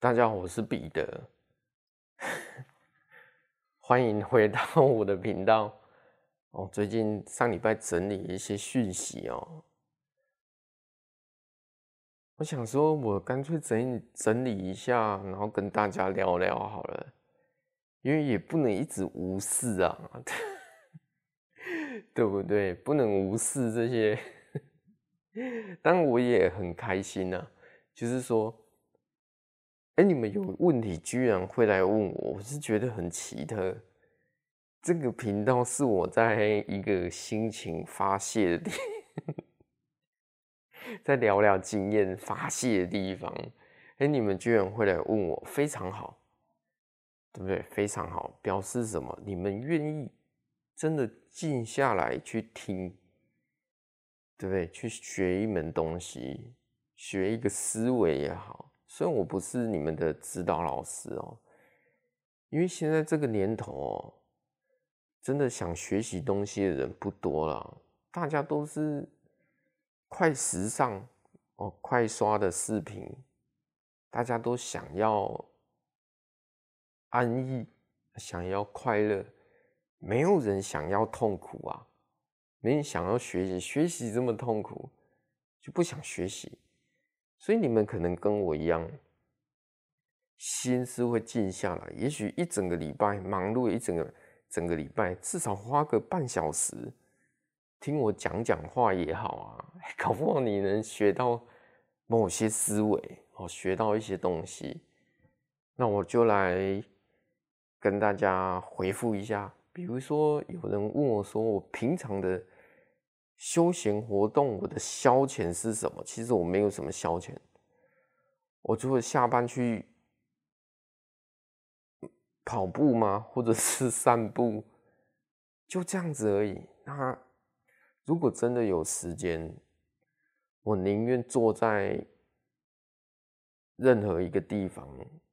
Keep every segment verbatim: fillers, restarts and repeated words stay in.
大家好，我是彼得，欢迎回到我的频道。哦，最近上礼拜整理一些讯息哦，我想说，我干脆整理整理一下，然后跟大家聊聊好了，因为也不能一直无视啊，对不对？不能无视这些，但我也很开心啊，就是说。哎，你们有问题居然会来问我，我是觉得很奇特。这个频道是我在一个心情发泄的地在聊聊经验发泄的地方。哎，你们居然会来问我，非常好，对不对？非常好，表示什么？你们愿意真的静下来去听，对不对？去学一门东西，学一个思维也好。虽然我不是你们的指导老师哦，因为现在这个年头哦，真的想学习东西的人不多了，大家都是快时尚哦，快刷的视频，大家都想要安逸，想要快乐，没有人想要痛苦啊，没人想要学习，学习这么痛苦，就不想学习，所以你们可能跟我一样。心是会静下来，也许一整个礼拜忙碌一整个整个礼拜，至少花个半小时听我讲讲话也好啊，搞不好你能学到某些思维哦，学到一些东西。那我就来跟大家回复一下，比如说有人问我说，我平常的休闲活动，我的消遣是什么？其实我没有什么消遣，我除了下班去跑步吗？或者是散步，就这样子而已。那如果真的有时间，我宁愿坐在任何一个地方，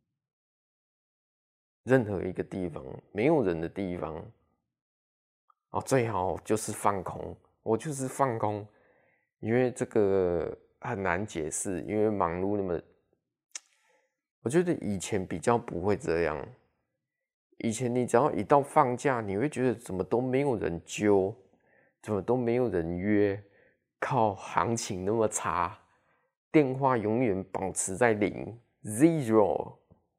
任何一个地方没有人的地方，哦，最好就是放空。我就是放空，因为这个很难解释，因为忙碌那么，我觉得以前比较不会这样。以前你只要一到放假，你会觉得怎么都没有人揪，怎么都没有人约，靠，行情那么差，电话永远保持在零 zero。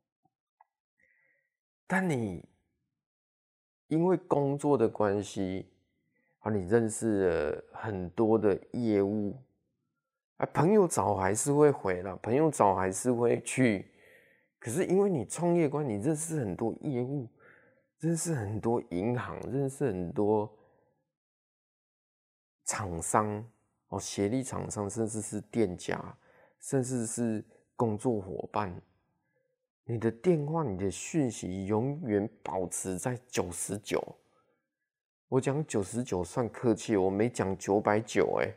但你因为工作的关系，啊，你认识了很多的业务，啊，朋友早还是会回啦，朋友早还是会去，可是因为你创业观，你认识很多业务。认识很多银行，认识很多厂商哦，协力厂商，甚至是店家，甚至是工作伙伴。你的电话、你的讯息永远保持在九十九。我讲九十九算客气，我没讲九百九哎，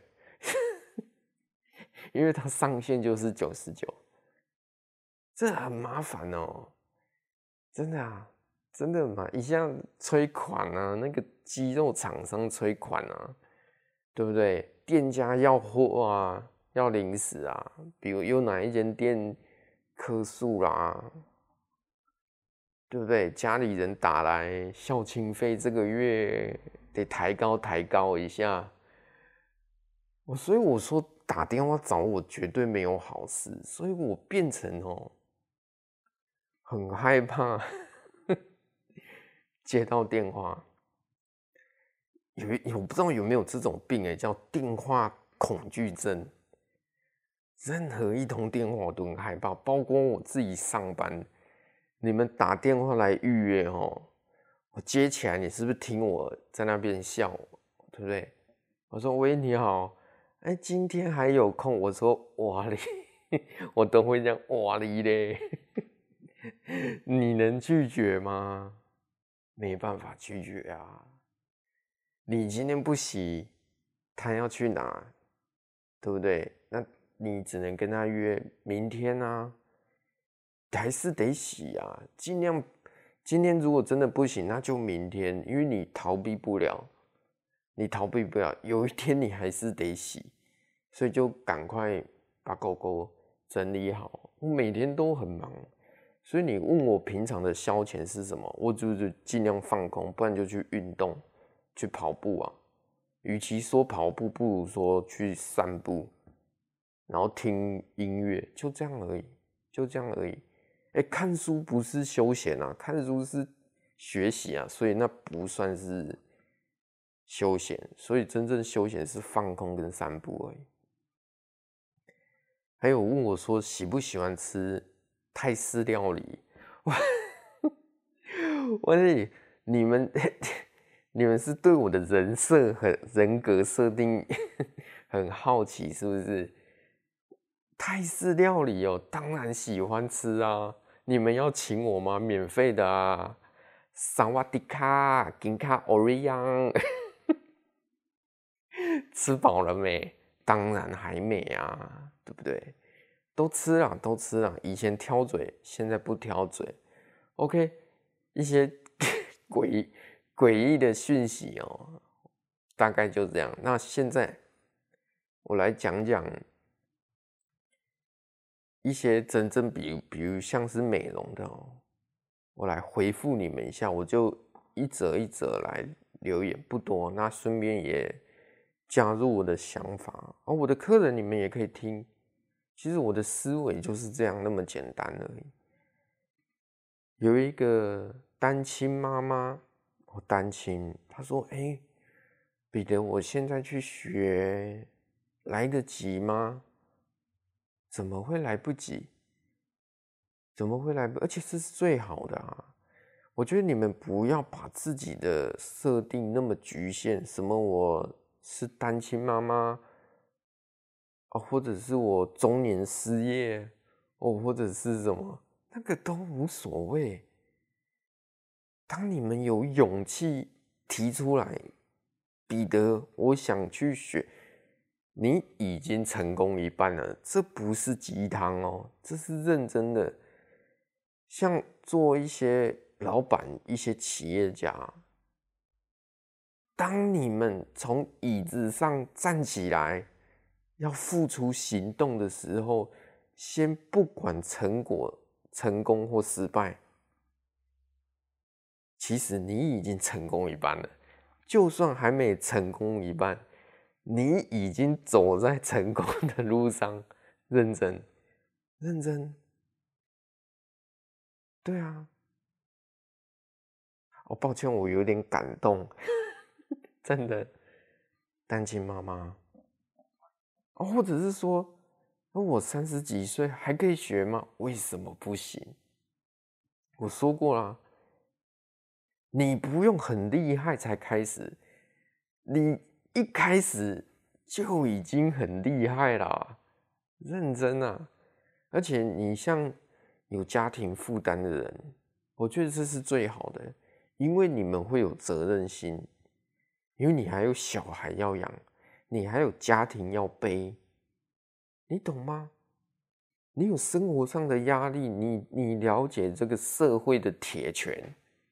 因为它上限就是九十九，这很麻烦哦，真的啊。真的嘛？一下催款啊，那个肌肉厂商催款啊，对不对？店家要货啊，要零食啊，比如有哪一间店客诉啦，对不对？家里人打来孝亲费，这个月得抬高抬高一下。我所以我说打电话找我绝对没有好事，所以我变成哦很害怕接到电话。有有不知道有没有这种病哎、欸，叫电话恐惧症。任何一通电话我都很害怕，包括我自己上班，你们打电话来预约哦，我接起来，你是不是听我在那边笑，对不对？我说喂，你好，哎，今天还有空？我说哇哩，我都会这样哇哩嘞，你能拒绝吗？没办法拒绝啊。你今天不洗，他要去哪？对不对？那你只能跟他约明天啊，还是得洗啊。尽量今天如果真的不行，那就明天，因为你逃避不了，你逃避不了，有一天你还是得洗，所以就赶快把狗狗整理好。我每天都很忙， 所以你问我平常的消遣是什么，我就是尽量放空，不然就去运动，去跑步啊。与其说跑步，不如说去散步，然后听音乐，就这样而已，就这样而已。哎、欸，看书不是休闲啊，看书是学习啊，所以那不算是休闲。所以真正休闲是放空跟散步而已。还有问我说喜不喜欢吃泰式料理，我我是你们你们是对我的人设和人格设定很好奇是不是？泰式料理哦，当然喜欢吃啊！你们要请我吗？免费的啊！萨瓦迪卡，金卡欧瑞扬，吃饱了没？当然还没啊，对不对？都吃了，都吃了。以前挑嘴，现在不挑嘴。OK， 一些诡诡异的讯息哦，大概就这样。那现在我来讲讲一些真正比如比如像是美容的哦，我来回复你们一下，我就一则一则来留言，不多。那顺便也加入我的想法，而、哦、我的客人你们也可以听。其实我的思维就是这样那么简单而已。有一个单亲妈妈，我单亲，她说：“哎、欸，彼得，我现在去学，来得及吗？怎么会来不及？怎么会来不？而且这是最好的啊！我觉得你们不要把自己的设定那么局限，什么我是单亲妈妈。”哦，或者是我中年失业，哦，或者是什么，那个都无所谓。当你们有勇气提出来，彼得，我想去学，你已经成功一半了。这不是鸡汤哦，这是认真的。像做一些老板、一些企业家，当你们从椅子上站起来，要付出行动的时候，先不管成果成功或失败，其实你已经成功一半了。就算还没成功一半，你已经走在成功的路上。认真，认真，对啊。哦，抱歉，我有点感动，真的，单亲妈妈。哦，或者是说，我三十几岁还可以学吗？为什么不行？我说过啦，你不用很厉害才开始，你一开始就已经很厉害啦，认真啊！而且你像有家庭负担的人，我觉得这是最好的，因为你们会有责任心，因为你还有小孩要养，你还有家庭要背，你懂吗？你有生活上的压力，你你了解这个社会的铁拳，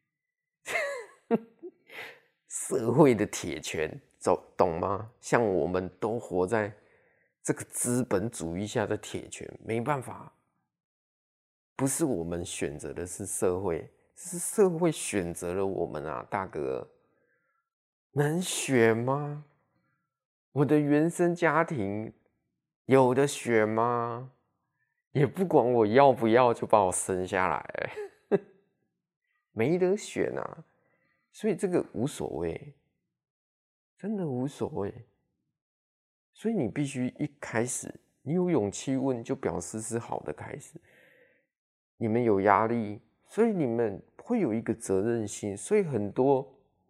社会的铁拳，懂懂吗？像我们都活在这个资本主义下的铁拳，没办法，不是我们选择的，是社会，是社会选择了我们啊，大哥，能选吗？我的原生家庭有的选吗？也不管我要不要，就把我生下来，没得选啊，所以这个无所谓，真的无所谓。所以你必须一开始，你有勇气问，就表示是好的开始。你们有压力，所以你们会有一个责任心，所以很多，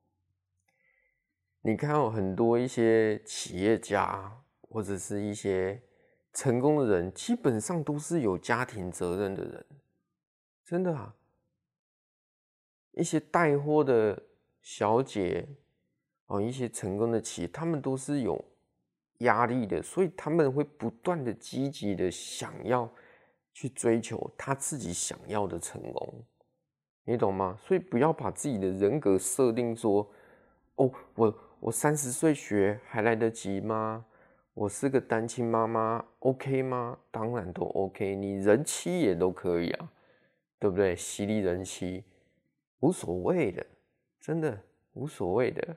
你看到很多一些企业家或者是一些成功的人，基本上都是有家庭责任的人，真的啊。一些带货的小姐哦，一些成功的企业，他们都是有压力的，所以他们会不断的积极的想要去追求他自己想要的成功，你懂吗？所以不要把自己的人格设定说，哦，我我三十岁学还来得及吗？我是个单亲妈妈 ，OK 吗？当然都 OK，你人妻也都可以啊。 对不对？犀利人妻，无所谓的，真的无所谓的。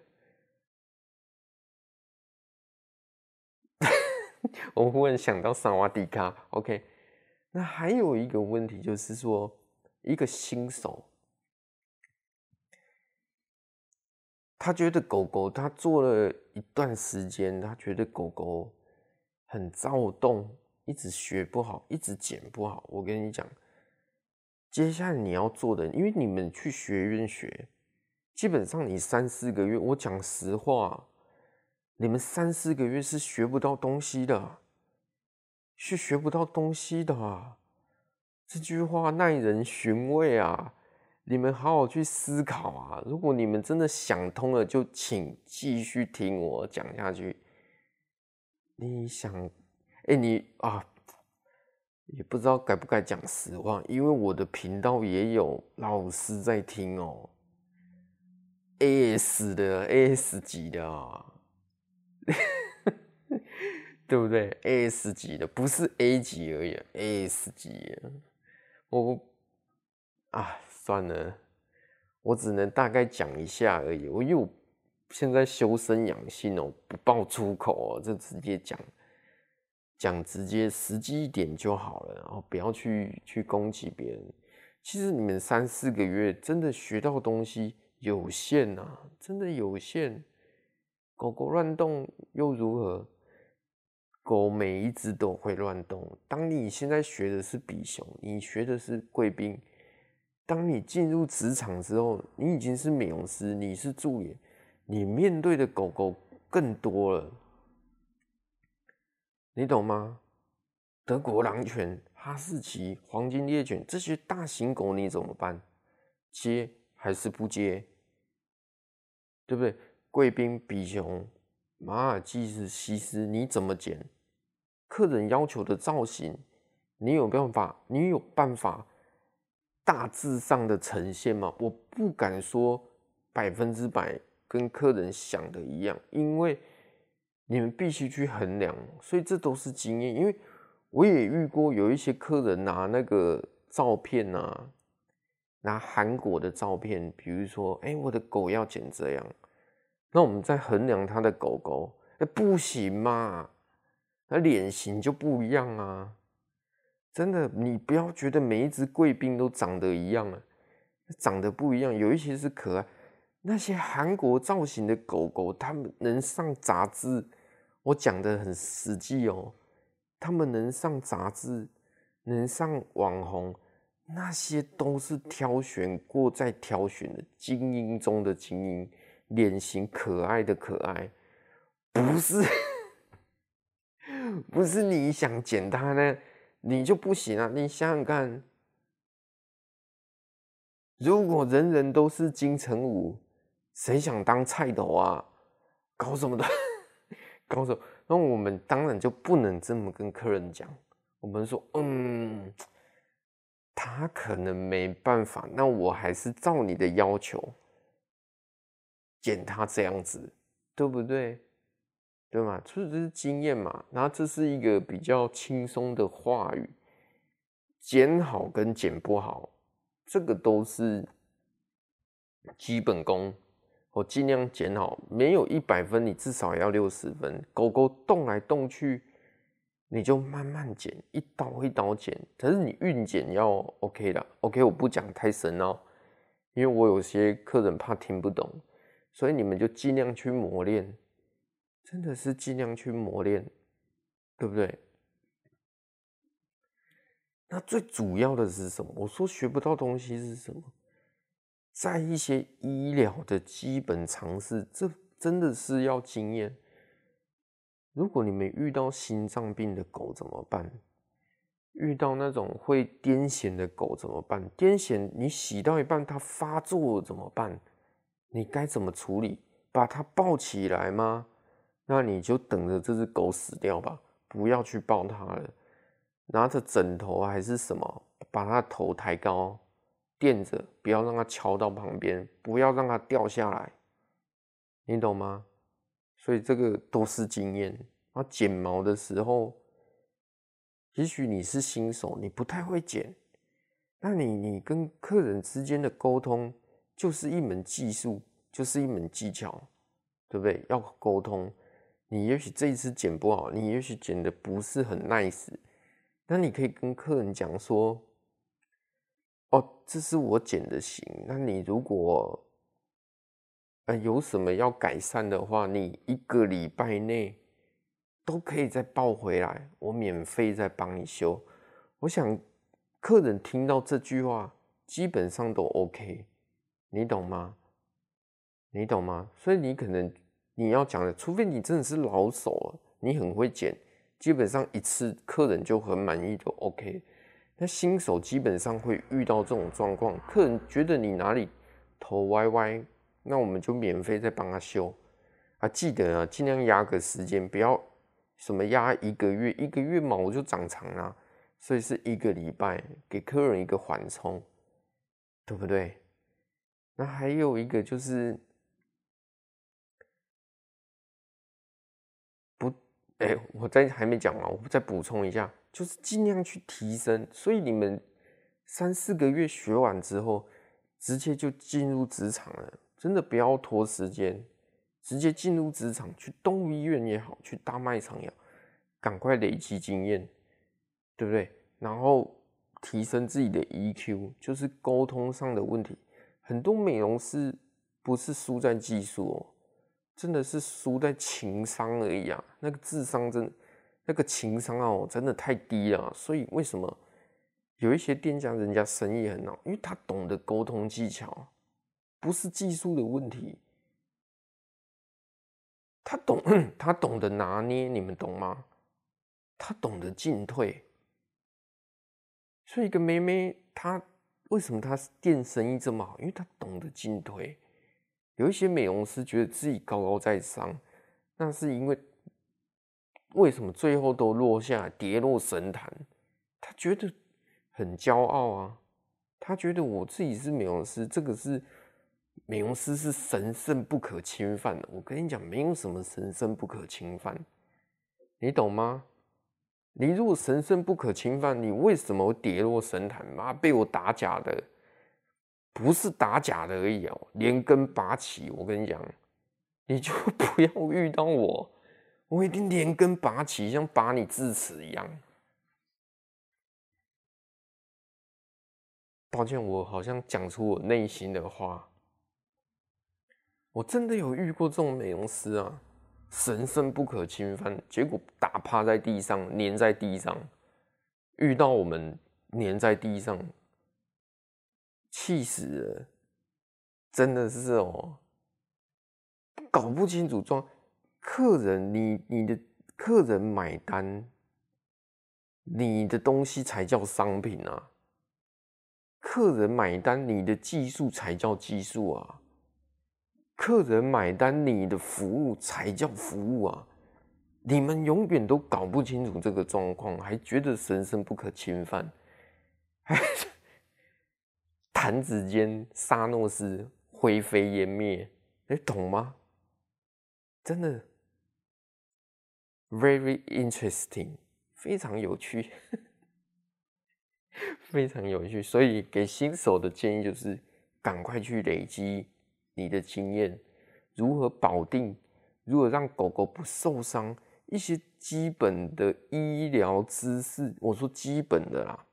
我忽然想到萨瓦迪卡 ，OK。那还有一个问题就是说，一个新手，他觉得狗狗他做了一段时间，他觉得狗狗很躁动，一直学不好，一直剪不好。我跟你讲，接下来你要做的，因为你们去学院学，基本上你三四个月，我讲实话，你们三四个月是学不到东西的，是学不到东西的啊。这句话耐人寻味啊！你们好好去思考啊！如果你们真的想通了，就请继续听我讲下去。你想，哎、欸，你啊，也不知道该不该讲实话，因为我的频道也有老师在听哦 ，A S 的 A S 级的啊，对不对 ？A S 级的不是 A 级而已 ，A S 级的。我啊，算了，我只能大概讲一下而已。我因为我现在修身养性哦，不爆粗口哦，就直接讲讲直接实际一点就好了，然后不要去去攻击别人。其实你们三四个月真的学到东西有限啊，真的有限。狗狗乱动又如何？狗每一只都会乱动。当你现在学的是比熊，你学的是贵宾。当你进入职场之后，你已经是美容师，你是助理，你面对的狗狗更多了，你懂吗？德国狼犬、哈士奇、黄金猎犬这些大型狗你怎么办？接还是不接？对不对？贵宾、比熊、马尔济斯、西施，你怎么剪？客人要求的造型，你有办法？你有办法大致上的呈现吗？我不敢说百分之百跟客人想的一样，因为你们必须去衡量，所以这都是经验。因为我也遇过有一些客人拿那个照片啊，拿韩国的照片，比如说，哎、欸，我的狗要剪这样，那我们再衡量他的狗狗，哎、欸，不行嘛。那脸型就不一样啊！真的，你不要觉得每一只贵宾都长得一样啊，长得不一样。有一些是可爱，那些韩国造型的狗狗，它们能上杂志。我讲的很实际哦，它们能上杂志，能上网红，那些都是挑选过再挑选的精英中的精英，脸型可爱的可爱，不是。不是你想剪它呢，你就不行啊！你想想看，如果人人都是金城武，谁想当菜头啊？搞什么的？搞什么？那我们当然就不能这么跟客人讲。我们说，嗯，他可能没办法，那我还是照你的要求剪他这样子，对不对？对吗？所以这是经验嘛，然后这是一个比较轻松的话语，剪好跟剪不好，这个都是基本功。我尽量剪好，没有一百分，你至少也要六十分。狗狗动来动去，你就慢慢剪，一刀一刀剪。可是你运剪要 OK 的 ，OK， 我不讲太深哦，因为我有些客人怕听不懂，所以你们就尽量去磨练。真的是尽量去磨练，对不对？那最主要的是什么？我说学不到东西是什么？在一些医疗的基本常识，这真的是要经验。如果你们遇到心脏病的狗怎么办？遇到那种会癫痫的狗怎么办？癫痫你洗到一半它发作了怎么办？你该怎么处理？把它抱起来吗？那你就等着这只狗死掉吧，不要去抱它了。拿着枕头还是什么，把它的头抬高，垫着，不要让它敲到旁边，不要让它掉下来，你懂吗？所以这个都是经验。然后剪毛的时候，也许你是新手，你不太会剪， 那你你跟客人之间的沟通就是一门技术，就是一门技巧，对不对？要沟通，你也许这一次剪不好，你也许剪的不是很 nice， 那你可以跟客人讲说，哦，这是我剪的型，那你如果呃有什么要改善的话，你一个礼拜内都可以再报回来，我免费再帮你修。我想客人听到这句话，基本上都 OK， 你懂吗？你懂吗？所以你可能你要讲的，除非你真的是老手了，你很会剪，基本上一次客人就很满意就 OK。那新手基本上会遇到这种状况，客人觉得你哪里头歪歪，那我们就免费再帮他修啊。记得啊，尽量压个时间，不要什么压一个月，一个月毛就长长啦，所以是一个礼拜，给客人一个缓冲，对不对？那还有一个就是。不，哎、欸，我在还没讲完，我再补充一下，就是尽量去提升。所以你们三四个月学完之后，直接就进入职场了，真的不要拖时间，直接进入职场，去动物医院也好，去大卖场也好，赶快累积经验，对不对？然后提升自己的 E Q， 就是沟通上的问题。很多美容师不是输在技术哦。真的是输在情商而已啊！那个智商真的，那个情商哦，真的太低了。所以为什么有一些店家人家生意很好？因为他懂得沟通技巧，不是技术的问题。他懂，他懂得拿捏，你们懂吗？他懂得进退。所以一个妹妹，她为什么她店生意这么好？因为她懂得进退。有一些美容师觉得自己高高在上，那是因为为什么最后都落下跌落神坛？他觉得很骄傲啊，他觉得我自己是美容师，这个是美容师是神圣不可侵犯的。我跟你讲，没有什么神圣不可侵犯，你懂吗？你如果神圣不可侵犯，你为什么会跌落神坛？妈，被我打假的，不是打假的而已哦，连根拔起。我跟你讲，你就不要遇到我。我一定连根拔起，像拔你智齿一样。抱歉，我好像讲出我内心的话。我真的有遇过这种美容师啊，神圣不可侵犯，结果打趴在地上，粘在地上。遇到我们粘在地上，气死了，真的是哦，搞不清楚状。客人，你你的客人买单，你的东西才叫商品啊。客人买单，你的技术才叫技术啊！客人买单，你的服务才叫服务啊！你们永远都搞不清楚这个状况，还觉得神圣不可侵犯，还弹指间沙诺斯灰飞烟灭，你懂吗？真的 very interesting， 非常有趣。非常有趣，所以给新手的建议就是，赶快去累积你的经验，如何保定，如何让狗狗不受伤，一些基本的医疗知识，我说基本的啦，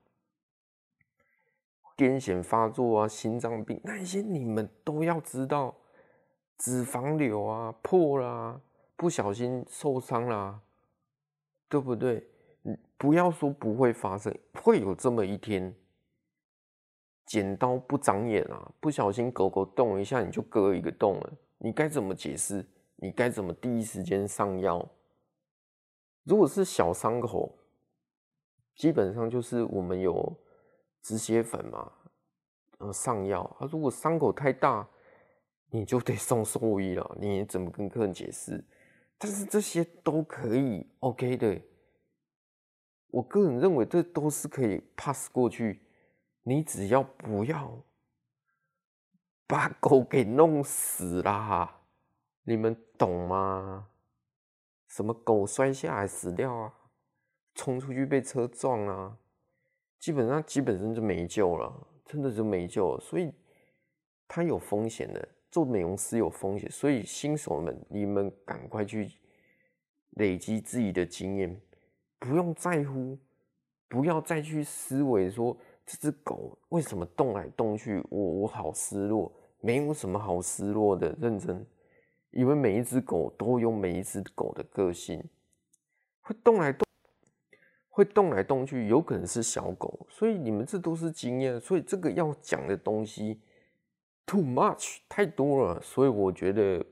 癫痫发作啊，心脏病那一些你们都要知道，脂肪瘤啊，破啦、啊，不小心受伤啦、啊，对不对？不要说不会发生，会有这么一天。剪刀不长眼啊，不小心狗狗动一下你就割一个洞了，你该怎么解释？你该怎么第一时间上药？如果是小伤口，基本上就是我们有止血粉嘛，呃，上药。啊，如果伤口太大，你就得送兽医了。你怎么跟客人解释？但是这些都可以 OK 的。我个人认为这都是可以 pass 过去，你只要不要把狗给弄死啦，你们懂吗？什么狗摔下来死掉啊，冲出去被车撞啊， 基本上基本上就没救了，真的就没救了。所以它有风险的，做美容师有风险，所以新手们，你们赶快去累积自己的经验，不用在乎，不要再去思维说这只狗为什么动来动去，我我好失落，没有什么好失落的，认真，因为每一只狗都有每一只狗的个性，会动来动。会动来动去，有可能是小狗，所以你们这都是经验，所以这个要讲的东西 too much 太多了，所以我觉得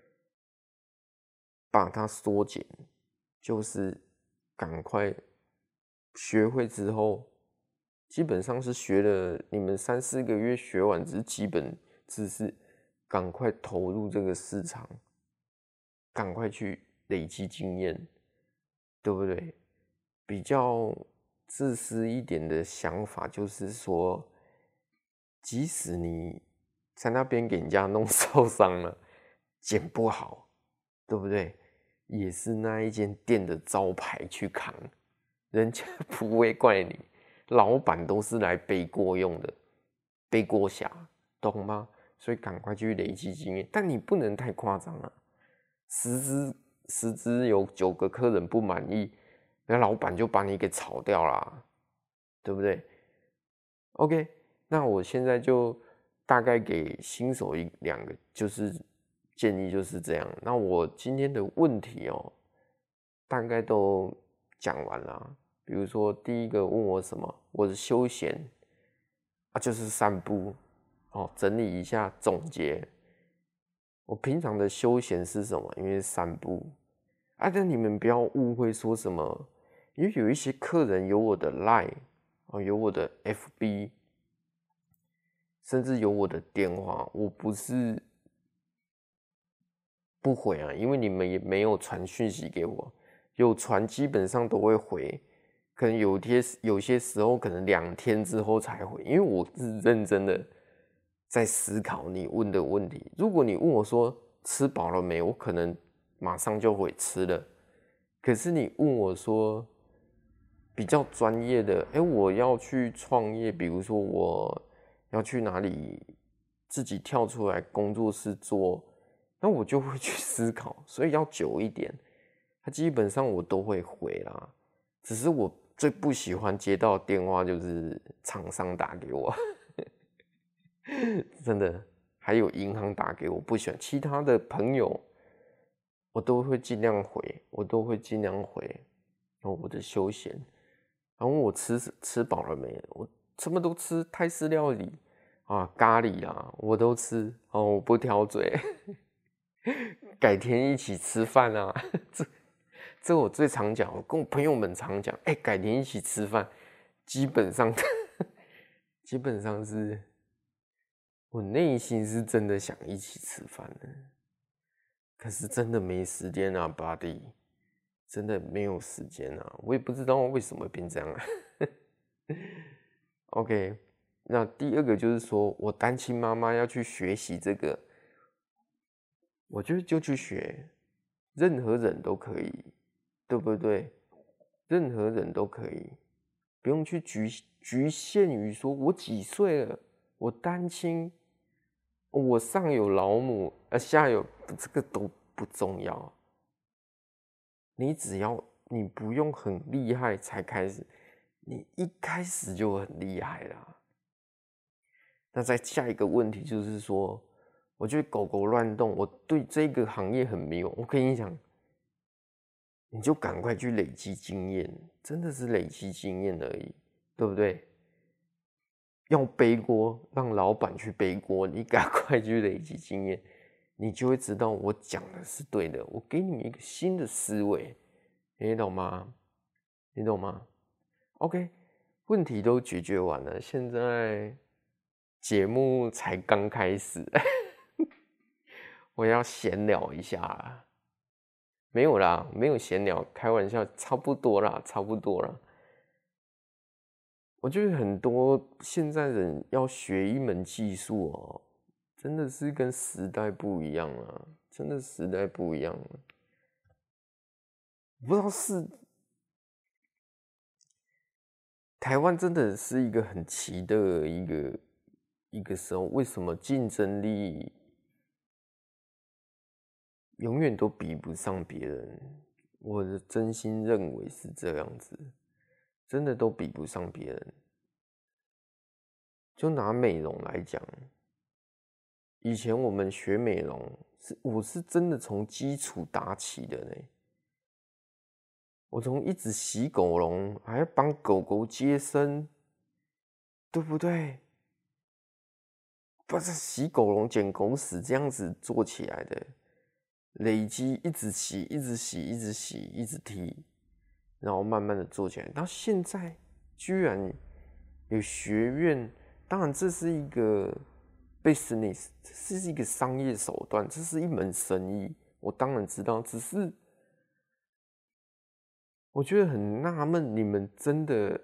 把它缩减，就是赶快学会之后，基本上是学了你们三四个月学完，只是基本知识，赶快投入这个市场，赶快去累积经验，对不对？比较自私一点的想法就是说，即使你在那边给人家弄受伤了，剪不好，对不对？也是那一间店的招牌去扛，人家不会怪你，老板都是来背锅用的，背锅侠，懂吗？所以赶快去累积经验，但你不能太夸张了，十只十只有九个客人不满意。那老板就把你给炒掉啦，对不对 ？OK， 那我现在就大概给新手一两个就是建议就是这样。那我今天的问题哦，大概都讲完了。比如说第一个问我什么，我的休闲啊就是散步哦，整理一下总结。我平常的休闲是什么？因为散步啊，但你们不要误会说什么。因为有一些客人有我的 Line 哦，有我的 F B， 甚至有我的电话，我不是不回啊，因为你们也没有传讯息给我，有传基本上都会回，可能有些有些时候可能两天之后才回，因为我是认真的在思考你问的问题。如果你问我说吃饱了没，我可能马上就回吃了，可是你问我说。比较专业的，哎、欸，我要去创业，比如说我要去哪里自己跳出来工作室做，那我就会去思考，所以要久一点。他基本上我都会回啦，只是我最不喜欢接到电话就是厂商打给我，真的，还有银行打给我，不喜欢。其他的朋友我都会尽量回，我都会尽量回。然后我的休闲。然后我吃吃饱了没？我什么都吃，泰式料理啊，咖喱啊，我都吃哦，我不挑嘴。改天一起吃饭啊，这这我最常讲，我跟我朋友们常讲，哎、欸，改天一起吃饭，基本上基本上是我内心是真的想一起吃饭的，可是真的没时间啊 ，buddy。真的没有时间啊，我也不知道为什么会变这样啊。OK， 那第二个就是说我单亲妈妈要去学习这个，我觉得就去学，任何人都可以，对不对？任何人都可以，不用去局局限于说我几岁了，我单亲，我上有老母，呃下有这个都不重要。你只要你不用很厉害才开始，你一开始就很厉害啦。那再下一个问题就是说，我觉得狗狗乱动，我对这个行业很迷惘。我跟你讲，你就赶快去累积经验，真的是累积经验而已，对不对？要背锅，让老板去背锅，你赶快去累积经验，你就会知道我讲的是对的。我给你们一个新的思维。你懂吗？你懂吗 ？OK， 问题都解决完了，现在节目才刚开始，我要闲聊一下啦。没有啦，没有闲聊，开玩笑，差不多啦，差不多啦。我觉得很多现在人要学一门技术哦，真的是跟时代不一样啊，真的时代不一样了。不知道是。 台湾真的是一个很奇的一个一个时候，为什么竞争力永远都比不上别人？我的真心认为是这样子，真的都比不上别人。就拿美容来讲，以前我们学美容是，我是真的从基础打起的呢。我从一直洗狗笼，还要帮狗狗接生，对不对？不是洗狗笼、捡狗屎这样子做起来的，累积一直洗、一直洗、一直洗、一直踢，然后慢慢的做起来。到现在居然有学院，当然这是一个 business， 这是一个商业手段，这是一门生意。我当然知道，只是我觉得很纳闷，你们真的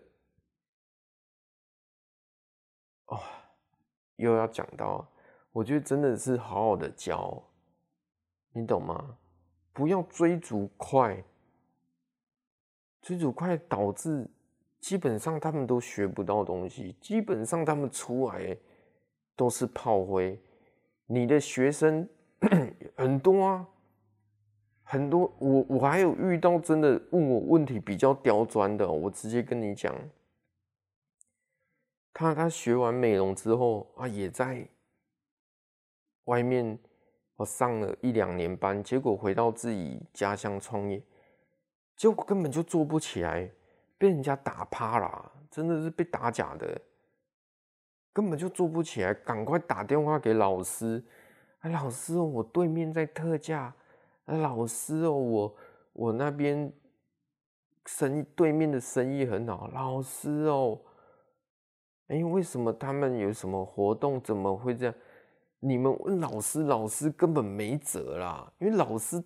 哦，又要讲到，我觉得真的是好好的教，你懂吗？不要追逐快，追逐快导致基本上他们都学不到东西，基本上他们出来都是炮灰。你的学生很多啊，很多，我我还有遇到真的问我问题比较刁钻的，我直接跟你讲，他他学完美容之后啊，也在外面我上了一两年班，结果回到自己家乡创业，结果根本就做不起来，被人家打趴啦，真的是被打假的，根本就做不起来，赶快打电话给老师，哎，老师哦，我对面在特价，哎，老师哦，我我那边生意对面的生意很好，老师哦，哎，为什么他们有什么活动，怎么会这样？你们问老师，老师根本没辙啦，因为老师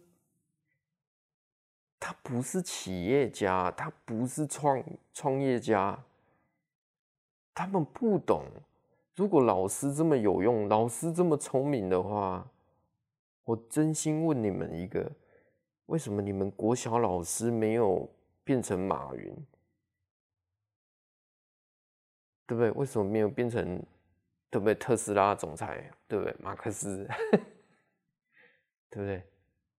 他不是企业家，他不是创创业家，他们不懂。如果老师这么有用，老师这么聪明的话，我真心问你们一个：为什么你们国小老师没有变成马云？对不对？为什么没有变成对不对特斯拉总裁？对不对？马克思，对不对？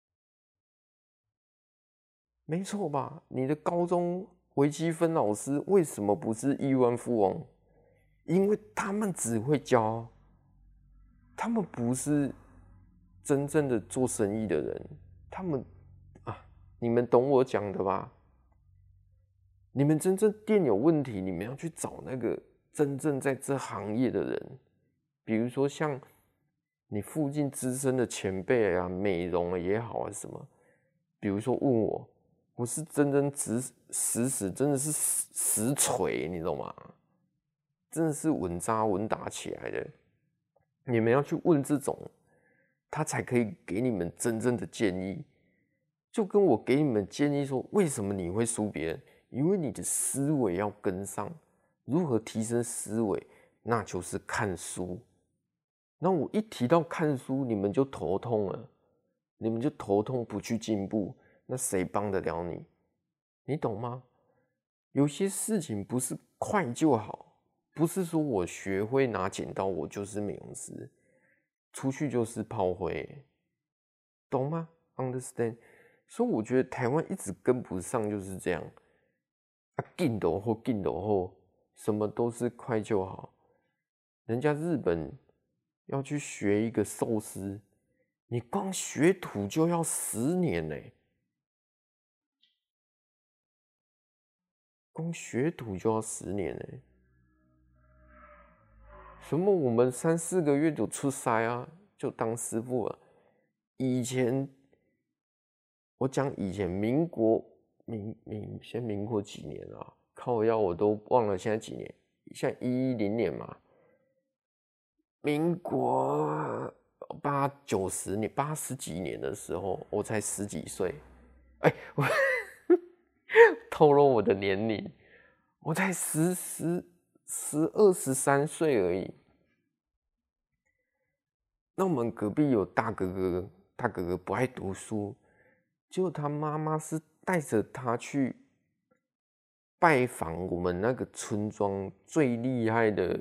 没错吧？你的高中微积分老师为什么不是亿万富翁？因为他们只会教，他们不是真正的做生意的人。他们啊，你们懂我讲的吧？你们真正店有问题，你们要去找那个真正在这行业的人，比如说像你附近资深的前辈啊，美容也好啊什么，比如说问我。我是真真直死死，真的是实实锤，你懂吗？真的是稳扎稳打起来的。你们要去问这种，他才可以给你们真正的建议。就跟我给你们建议说，为什么你会输别人？因为你的思维要跟上。如何提升思维？那就是看书。那我一提到看书，你们就头痛了，你们就头痛不去进步。那谁帮得了你？你懂吗？有些事情不是快就好，不是说我学会拿剪刀，我就是美容师，出去就是炮灰，懂吗 ？Understand？所以我觉得台湾一直跟不上，就是这样。啊，进斗或进斗后，什么都是快就好。人家日本要去学一个寿司，你光学徒就要十年呢、欸。光学徒就要十年呢。什么？我们三四个月就出师啊，就当师傅了。以前我讲以前民国民民先民国几年啊？靠腰我都忘了，现在几年？现在一一零年嘛。民国八九十年、八十几年的时候，我才十几岁。哎、欸，我透露我的年龄。我才十十十二十三岁而已。那我们隔壁有大哥哥，大哥哥不爱读书，结果他妈妈是带着他去拜访我们那个村庄最厉害的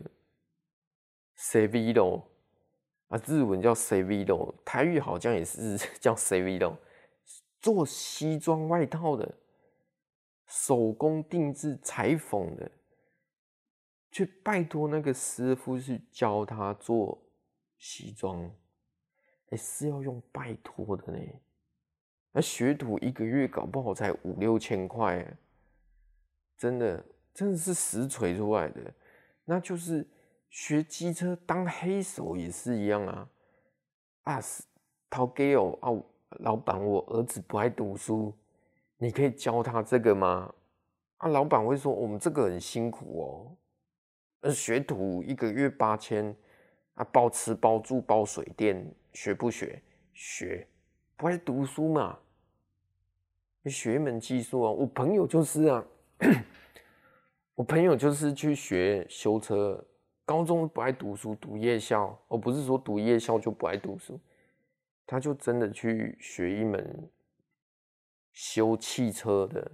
Savilo 啊，日文叫 Savilo， 台语好像也是叫 Savilo， 做西装外套的，手工定制裁缝的，去拜托那个师傅去教他做西装，欸，是要用拜托的呢。那学徒一个月搞不好才五六千块，真的真的是实锤出来的。那就是学机车当黑手也是一样啊。啊，陶给哦啊，老板，我儿子不爱读书，你可以教他这个吗？啊，老板会说我们这个很辛苦哦。呃，学徒一个月八千，啊，包吃包住包水电，学不学？学，不爱读书嘛。学一门技术啊，我朋友就是啊，我朋友就是去学修车，高中不爱读书，读夜校。我不是说读夜校就不爱读书，他就真的去学一门修汽车的。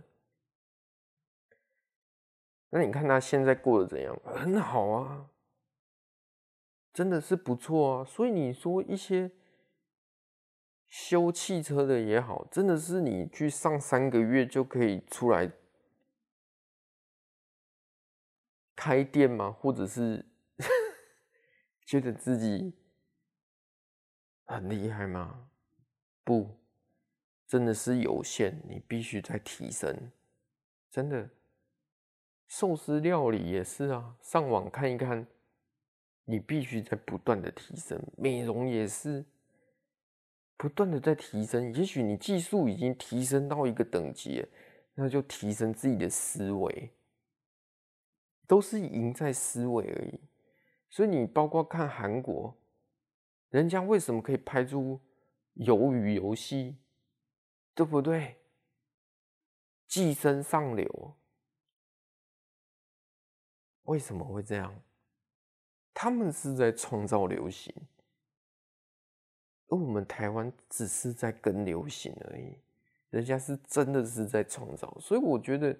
那你看他现在过得怎样？很好啊，真的是不错啊。所以你说一些修汽车的也好，真的是你去上三个月就可以出来开店吗？或者是觉得自己很厉害吗？不，真的是有限，你必须在提升。真的，寿司料理也是啊，上网看一看，你必须在不断的提升。美容也是不断的在提升。也许你技术已经提升到一个等级了，那就提升自己的思维，都是赢在思维而已。所以你包括看韩国，人家为什么可以拍出鱿鱼游戏，对不对？寄生上流，为什么会这样？他们是在创造流行，而我们台湾只是在跟流行而已。人家是真的是在创造，所以我觉得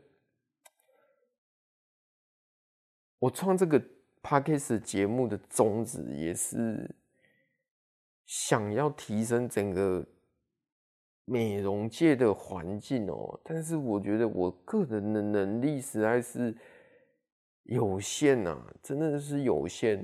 我创这个 Podcast 节目的宗旨也是想要提升整个美容界的环境哦，但是我觉得我个人的能力实在是有限啊，真的是有限，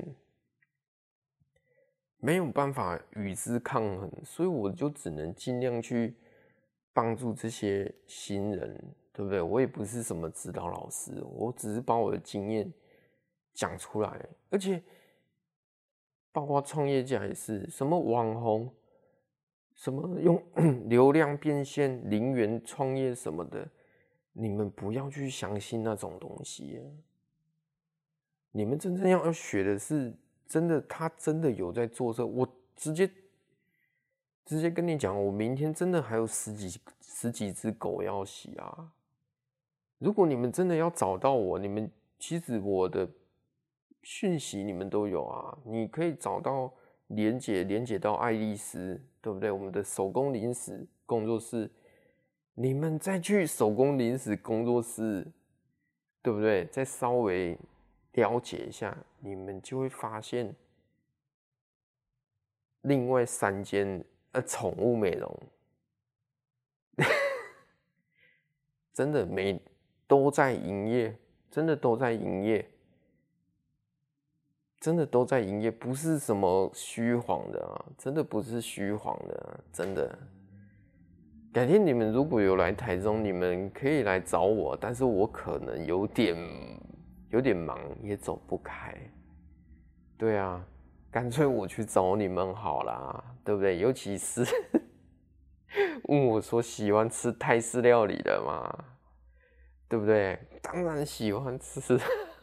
没有办法与之抗衡，所以我就只能尽量去帮助这些新人，对不对？我也不是什么指导老师，我只是把我的经验讲出来，而且包括创业家也是，什么网红。什么用流量变现、零元创业什么的，你们不要去相信那种东西。你们真正要学的是，真的他真的有在做这。我直接直接跟你讲，我明天真的还有十几十几只狗要洗啊！如果你们真的要找到我，你们其实我的讯息你们都有啊，你可以找到连结连结到爱丽丝，对不对？我们的手工零食工作室，你们再去手工零食工作室，对不对？再稍微了解一下，你们就会发现另外三间呃宠物美容，真的每都在营业，真的都在营业。真的都在营业，不是什么虚晃的啊，真的不是虚晃的啊，真的。改天你们如果有来台中，你们可以来找我，但是我可能有点有点忙，也走不开。对啊，干脆我去找你们好啦，对不对？尤其是问我说喜欢吃泰式料理的嘛，对不对？当然喜欢吃，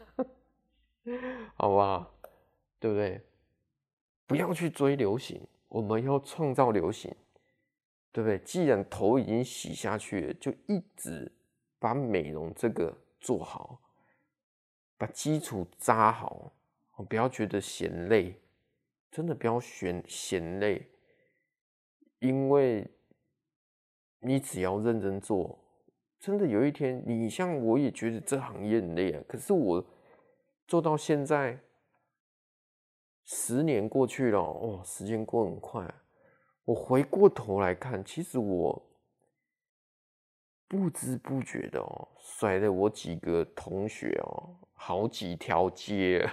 好不好？对不对？不要去追流行，我们要创造流行，对不对？既然头已经洗下去了，就一直把美容这个做好，把基础扎好，不要觉得嫌累，真的不要嫌嫌累，因为你只要认真做， 真的有一天，你像我也觉得这行业很累啊，可是我做到现在，十年过去了，哦，时间过很快啊。我回过头来看，其实我不知不觉的哦，甩了我几个同学哦，好几条街。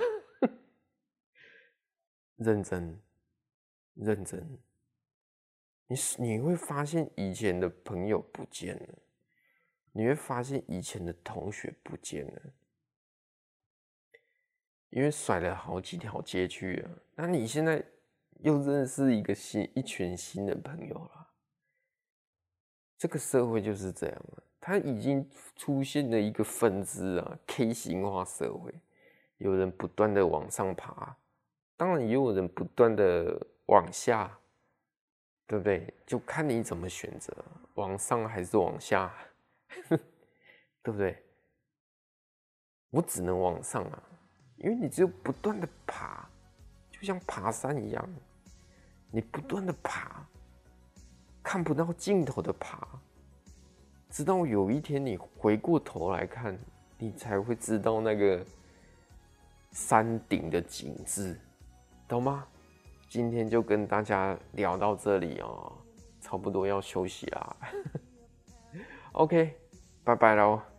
认真，认真，你你会发现以前的朋友不见了，你会发现以前的同学不见了，因为甩了好几条街去了。那你现在又认识一个新一群新的朋友了。这个社会就是这样了，它已经出现了一个分支啊 ，K 型化社会，有人不断的往上爬，当然也有人不断的往下，对不对？就看你怎么选择，往上还是往下，对不对？我只能往上啊，因为你只有不断的爬，就像爬山一样，你不断的爬，看不到尽头的爬，直到有一天你回过头来看，你才会知道那个山顶的景致，懂吗？今天就跟大家聊到这里哦，差不多要休息啦。OK， 拜拜喽。